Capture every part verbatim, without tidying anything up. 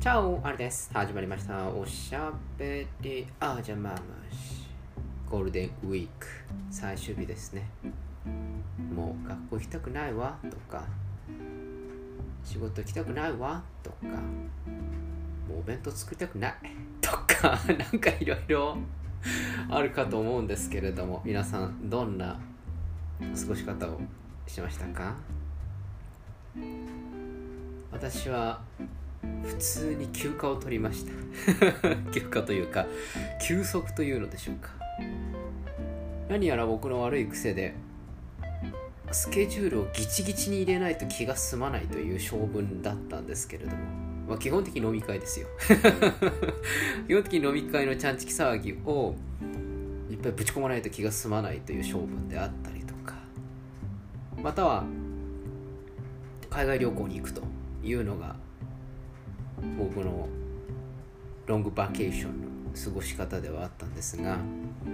チャオ、あれです。始まりました。おしゃべりあじゃままし。ゴールデンウィーク最終日ですね。もう学校行きたくないわとか、仕事行きたくないわとか、もうお弁当作りたくないとか、なんかいろいろあるかと思うんですけれども、皆さんどんな過ごし方をしましたか？私は普通に休暇を取りました休暇というか休息というのでしょうか。何やら僕の悪い癖でスケジュールをギチギチに入れないと気が済まないという性分だったんですけれども、まあ、基本的に飲み会ですよ基本的に飲み会のちゃんちき騒ぎをいっぱいぶち込まないと気が済まないという性分であったりとか、または海外旅行に行くというのが僕のロングバケーションの過ごし方ではあったんですが、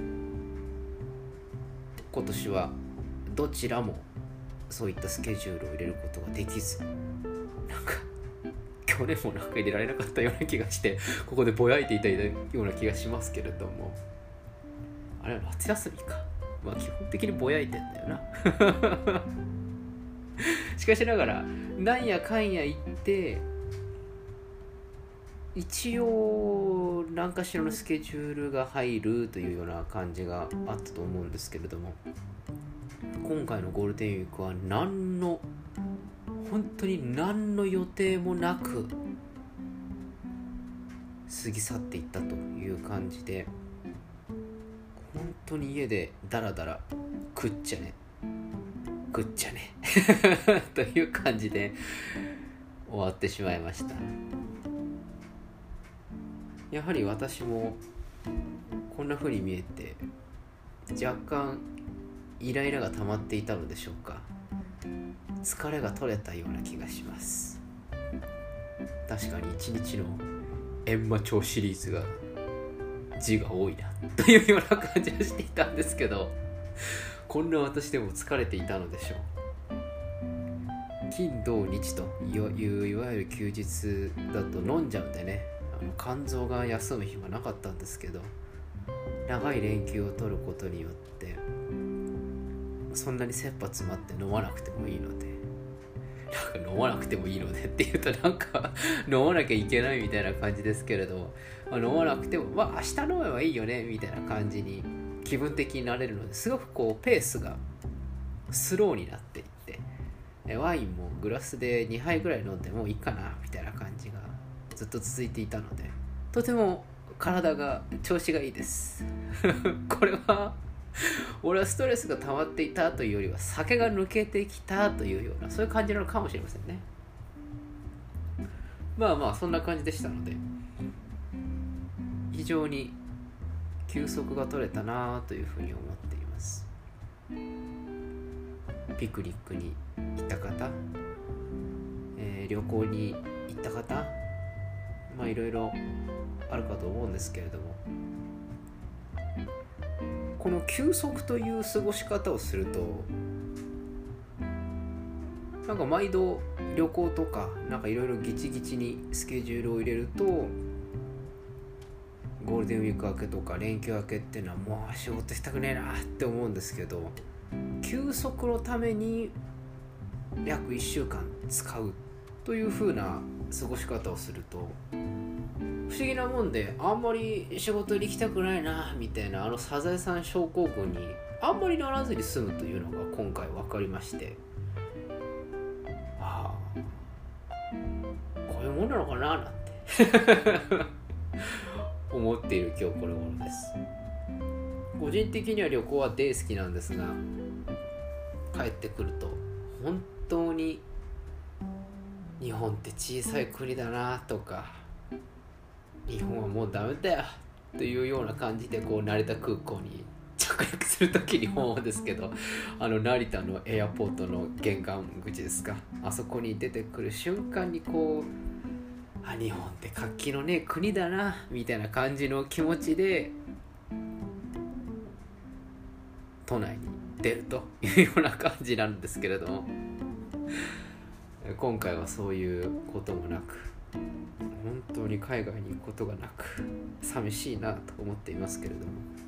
今年はどちらもそういったスケジュールを入れることができず、なんか去年もなんか入れられなかったような気がして、ここでぼやいていたような気がしますけれども、あれは夏休みか、まあ基本的にぼやいてんだよなしかしながらなんやかんや言って一応何かしらのスケジュールが入るというような感じがあったと思うんですけれども、今回のゴールデンウィークは何の本当に何の予定もなく過ぎ去っていったという感じで、本当に家でダラダラ食っちゃね食っちゃねという感じで終わってしまいました。やはり私もこんな風に見えて若干イライラが溜まっていたのでしょうか。疲れが取れたような気がします。確かに一日の閻魔帳シリーズが字が多いなというような感じがしていたんですけど、こんな私でも疲れていたのでしょう。金土日といういわゆる休日だと飲んじゃうんでね、あの肝臓が休む暇なかったんですけど、長い連休を取ることによってそんなに切羽詰まって飲まなくてもいいので、なんか飲まなくてもいいのでっていうとなんか飲まなきゃいけないみたいな感じですけれども、まあ、飲まなくてもまあ明日飲めばいいよねみたいな感じに気分的になれるので、すごくこうペースがスローになっていって、ワインもグラスでにはいぐらい飲んでもいいかなみたいな感じがずっと続いていたので、とても体が調子がいいですこれは俺はストレスが溜まっていたというよりは酒が抜けてきたというような、そういう感じなのかもしれませんね。まあまあそんな感じでしたので、非常に休息が取れたなというふうに思っています。ピクニックに行った方、えー、旅行に行った方、まあいろいろあるかと思うんですけれども、この休息という過ごし方をすると、なんか毎度旅行とかなんかいろいろギチギチにスケジュールを入れると、ゴールデンウィーク明けとか連休明けっていうのはもう仕事したくねえなって思うんですけど、休息のために約いっしゅうかん使うという風な過ごし方をすると、不思議なもんであんまり仕事に行きたくないなみたいな、あのサザエさん症候群にあんまりならずに済むというのが今回分かりまして、ああこういうもんなのかななんて思っている今日これ頃です。個人的には旅行は大好きなんですが、帰ってくると本当に日本って小さい国だなとか、日本はもうダメだよというような感じでこう成田空港に着陸するときに思うんですけど、あの成田のエアポートの玄関口ですか、あそこに出てくる瞬間にこう、あ、日本って活気のねえ国だなみたいな感じの気持ちで都内に出るというような感じなんですけれども、今回はそういうこともなく本当に海外に行くことがなく寂しいなと思っていますけれど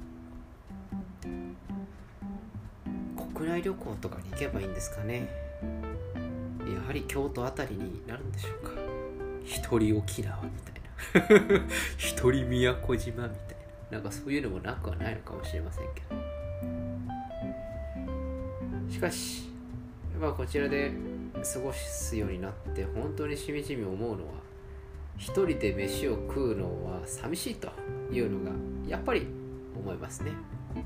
も、国内旅行とかに行けばいいんですかね。やはり京都あたりになるんでしょうか。一人沖縄みたいな一人宮古島みたいな、なんかそういうのもなくはないのかもしれませんけど、しかしまあこちらで過ごすようになって本当にしみじみ思うのは、一人で飯を食うのは寂しいというのがやっぱり思いますね。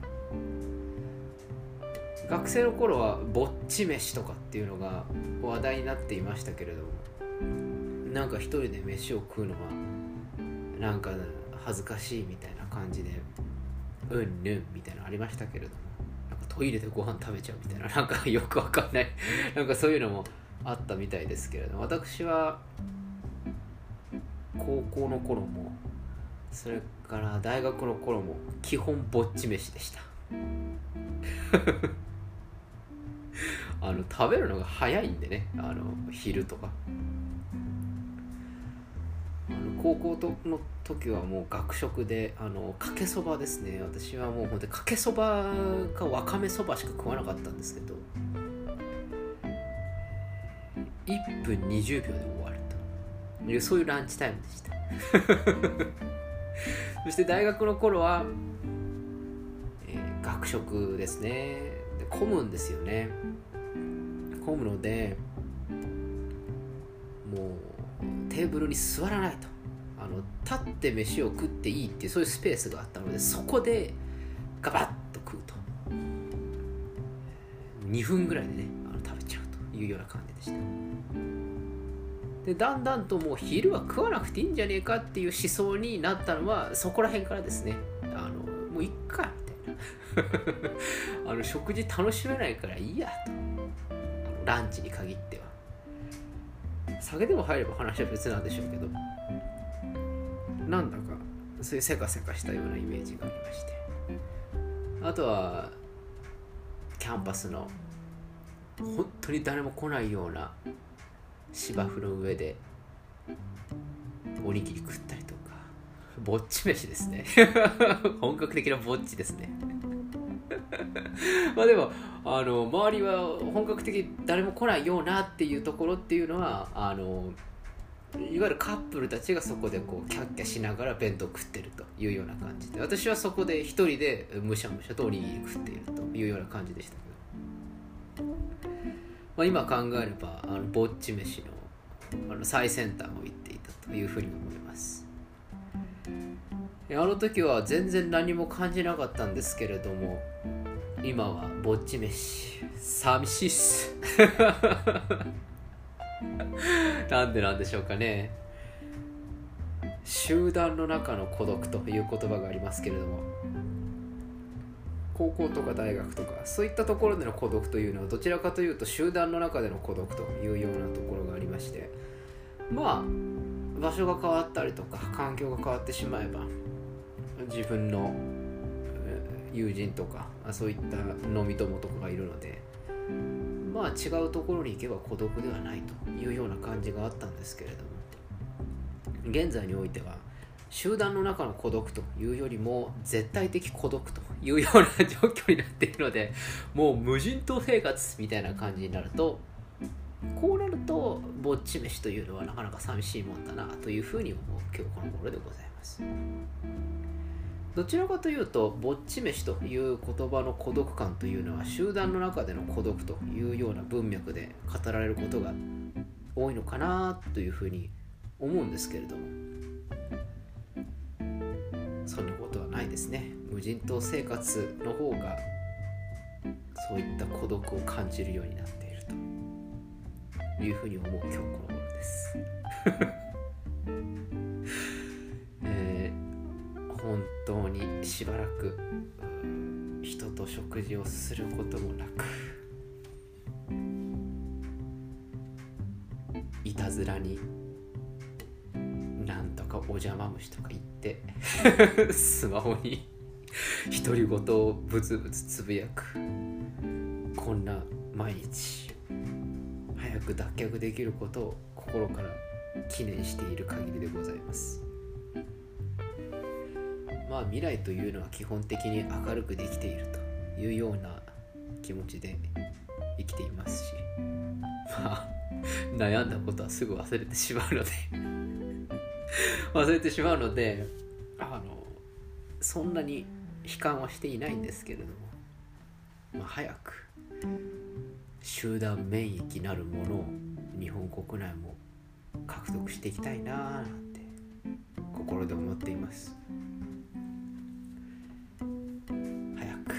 学生の頃はぼっち飯とかっていうのが話題になっていましたけれども、なんか一人で飯を食うのはなんか恥ずかしいみたいな感じでうんぬんみたいなのありましたけれども、なんかトイレでご飯食べちゃうみたいな、なんかよくわかんないなんかそういうのもあったみたいですけれども、私は高校の頃もそれから大学の頃も基本ぼっち飯でしたあの食べるのが早いんでね、あの昼とかあの高校の時はもう学食であのかけそばですね。私はもう本当にかけそばかわかめそばしか食わなかったんですけど、いっぷんにじゅうびょうで終わるという、そういうランチタイムでしたそして大学の頃は、えー、学食ですね。で混むんですよね。混むのでもうテーブルに座らないと、あの立って飯を食っていいっていうそういうスペースがあったので、そこでガバッと食うとにふんぐらいでね、あの食べちゃうというような感じでした。でだんだんともう昼は食わなくていいんじゃねえかっていう思想になったのはそこら辺からですね。あのもういっかみたいなあの食事楽しめないからいいやと、ランチに限っては。酒でも入れば話は別なんでしょうけど、なんだかそういうせかせかしたようなイメージがありまして、あとはキャンパスの本当に誰も来ないような芝生の上でおにぎり食ったりとか、ぼっち飯ですね本格的なぼっちですねまあでもあの周りは本格的に誰も来ないようなっていうところっていうのは、あのいわゆるカップルたちがそこでこうキャッキャしながら弁当食ってるというような感じで、私はそこで一人でむしゃむしゃとおにぎり食っているというような感じでしたけど、まあ、今考えればあのぼっち飯の、あの最先端を言っていたというふうに思います。あの時は全然何も感じなかったんですけれども、今はぼっち飯寂しいっすなんでなんでしょうかね。集団の中の孤独という言葉がありますけれども、高校とか大学とかそういったところでの孤独というのはどちらかというと集団の中での孤独というようなところがありまして、まあ場所が変わったりとか環境が変わってしまえば自分の友人とかそういった飲み友とかがいるので、まあ違うところに行けば孤独ではないというような感じがあったんですけれども、現在においては集団の中の孤独というよりも絶対的孤独というような状況になっているので、もう無人島生活みたいな感じになると、こうなるとぼっち飯というのはなかなか寂しいもんだなというふうに思う今日この頃でございます。どちらかというとぼっち飯という言葉の孤独感というのは集団の中での孤独というような文脈で語られることが多いのかなというふうに思うんですけれども、そんなことはないですね。無人島生活の方がそういった孤独を感じるようになっているというふうに思う今日この頃ですえー、本当にしばらく人と食事をすることもなく、いたずらになんとかお邪魔虫とか言ってスマホに独り言をブツブツつぶやく、こんな毎日早く脱却できることを心から記念している限りでございます。まあ未来というのは基本的に明るくできているというような気持ちで生きていますし、まあ悩んだことはすぐ忘れてしまうので忘れてしまうのであのそんなに悲観はしていないんですけれども、まあ、早く集団免疫なるものを日本国内も獲得していきたいなーなんて心で思っています。早く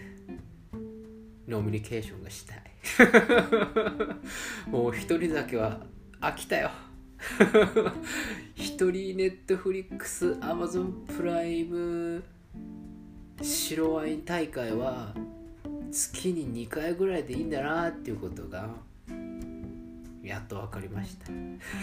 ノミニケーションがしたいもう一人だけは飽きたよ一人ネットフリックス、アマゾンプライム白ワイン大会は月ににかいぐらいでいいんだなっていうことがやっと分かりました、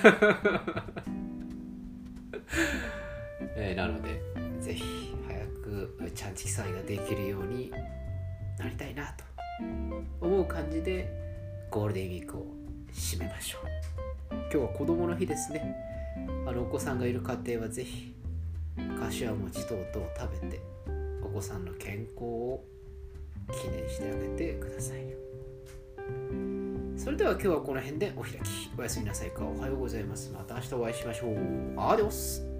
えー、なのでぜひ早くちゃんちき祭ができるようになりたいなと思う感じでゴールデンウィークを締めましょう。今日は子供の日ですね。あのお子さんがいる家庭はぜひ柏餅等々を食べてお子さんの健康を記念してあげてください。それでは今日はこの辺でお開き。おやすみなさいか。おはようございます。また明日お会いしましょう。アディオス。